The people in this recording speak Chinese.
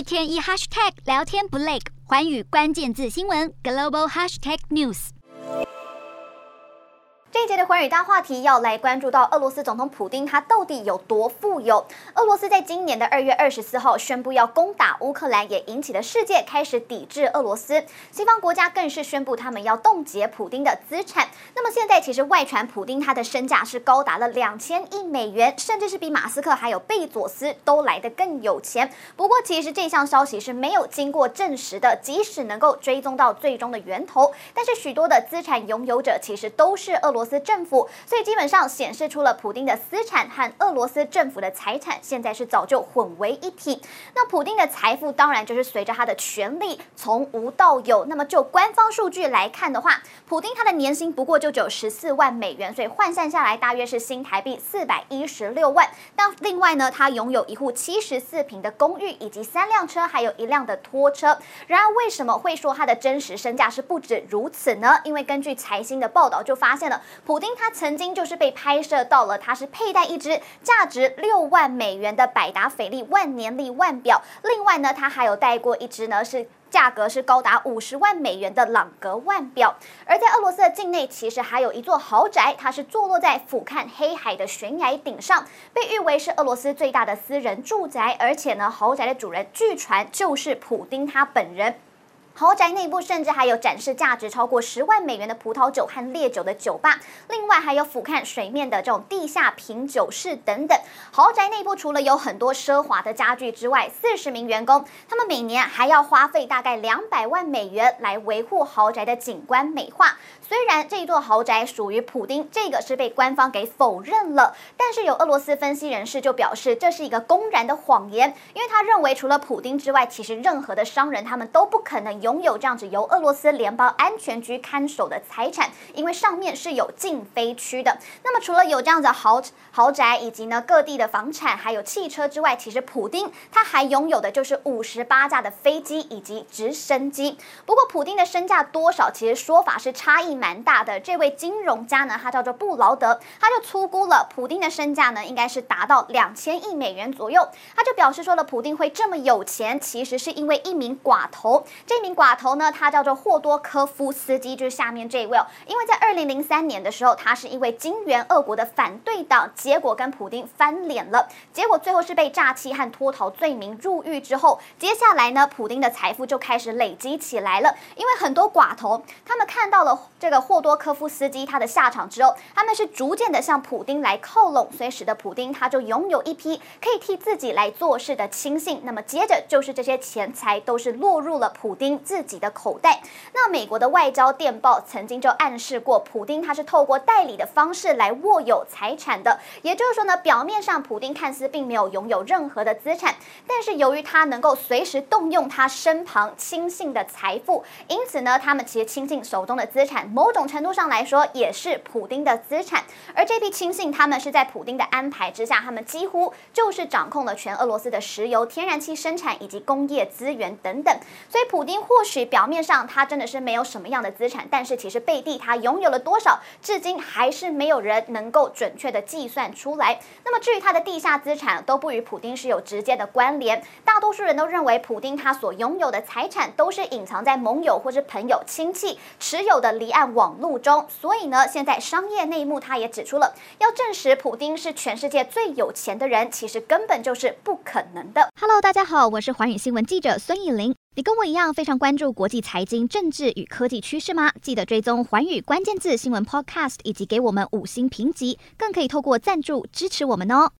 天一 hashtag 聊天不累，寰宇关键字新闻 global hashtag news。 这一节的寰宇大话题要来关注到俄罗斯总统普丁，他到底有多富有？俄罗斯在今年的2月24号宣布要攻打乌克兰，也引起了世界开始抵制俄罗斯。西方国家更是宣布他们要冻结普丁的资产。那么现在其实外传普丁他的身价是高达了2000亿美元，甚至是比马斯克还有贝佐斯都来得更有钱。不过其实这项消息是没有经过证实的，即使能够追踪到最终的源头，但是许多的资产拥有者其实都是俄罗斯政府，所以基本上显示出了普丁的私产和俄罗斯政府的财产现在是早就混为一体。那普丁的财富当然就是随着他的权力从无到有。那么就官方数据来看的话，普丁他的年薪不过就只有14万美元，所以换算下来大约是新台币416万。那另外呢，他拥有一户74坪的公寓，以及3辆车，还有1辆的拖车。然而为什么会说他的真实身价是不止如此呢？因为根据财新的报道就发现了，普丁他曾经就是被拍摄到了他是佩戴一只价值6万美元的百达翡丽万年历腕表，另外呢他还有戴过一只呢是价格是高达50万美元的朗格腕表。而在俄罗斯的境内，其实还有一座豪宅，它是坐落在俯瞰黑海的悬崖顶上，被誉为是俄罗斯最大的私人住宅。而且呢，豪宅的主人据传就是普丁他本人。豪宅内部甚至还有展示价值超过10万美元的葡萄酒和烈酒的酒吧，另外还有俯瞰水面的这种地下品酒室等等。豪宅内部除了有很多奢华的家具之外，40名员工，他们每年还要花费大概200万美元来维护豪宅的景观美化。虽然这一座豪宅属于普丁，这个是被官方给否认了，但是有俄罗斯分析人士就表示，这是一个公然的谎言，因为他认为除了普丁之外，其实任何的商人他们都不可能拥有这样子由俄罗斯联邦安全局看守的财产，因为上面是有禁飞区的。那么除了有这样子豪宅以及呢各地的房产还有汽车之外，其实普丁他还拥有的就是58架的飞机以及直升机。不过普丁的身价多少，其实说法是差异蛮大的。这位金融家呢，他叫做布劳德，他就粗估了普丁的身价呢应该是达到2000亿美元左右。他就表示说了，普丁会这么有钱，其实是因为一名寡头。这名寡头呢，他叫做霍多科夫斯基，就是下面这一位哦。因为在2003年的时候，他是因为金援俄国的反对党，结果跟普丁翻脸了，结果最后是被诈欺和脱逃罪名入狱之后，接下来呢，普丁的财富就开始累积起来了。因为很多寡头他们看到了这个霍多科夫斯基他的下场之后，他们是逐渐的向普丁来靠拢，所以使得普丁他就拥有一批可以替自己来做事的亲信。那么接着就是这些钱财都是落入了普丁自己的口袋。那美国的外交电报曾经就暗示过，普丁他是透过代理的方式来握有财产的。也就是说呢，表面上普丁看似并没有拥有任何的资产，但是由于他能够随时动用他身旁亲信的财富，因此呢，他们其实亲信手中的资产，某种程度上来说也是普丁的资产。而这批亲信，他们是在普丁的安排之下，他们几乎就是掌控了全俄罗斯的石油、天然气生产以及工业资源等等。所以普丁或许表面上他真的是没有什么样的资产，但是其实背地他拥有了多少，至今还是没有人能够准确的计算出来。那么至于他的地下资产，都不与普丁是有直接的关联。大多数人都认为普丁他所拥有的财产都是隐藏在盟友或是朋友、亲戚持有的离岸网路中。所以呢，现在商业内幕他也指出了，要证实普丁是全世界最有钱的人，其实根本就是不可能的。 Hello， 大家好，我是寰宇新闻记者孙艺玲。你跟我一样非常关注国际财经、政治与科技趋势吗？记得追踪寰宇关键字新闻 Podcast， 以及给我们5星评级，更可以透过赞助支持我们哦。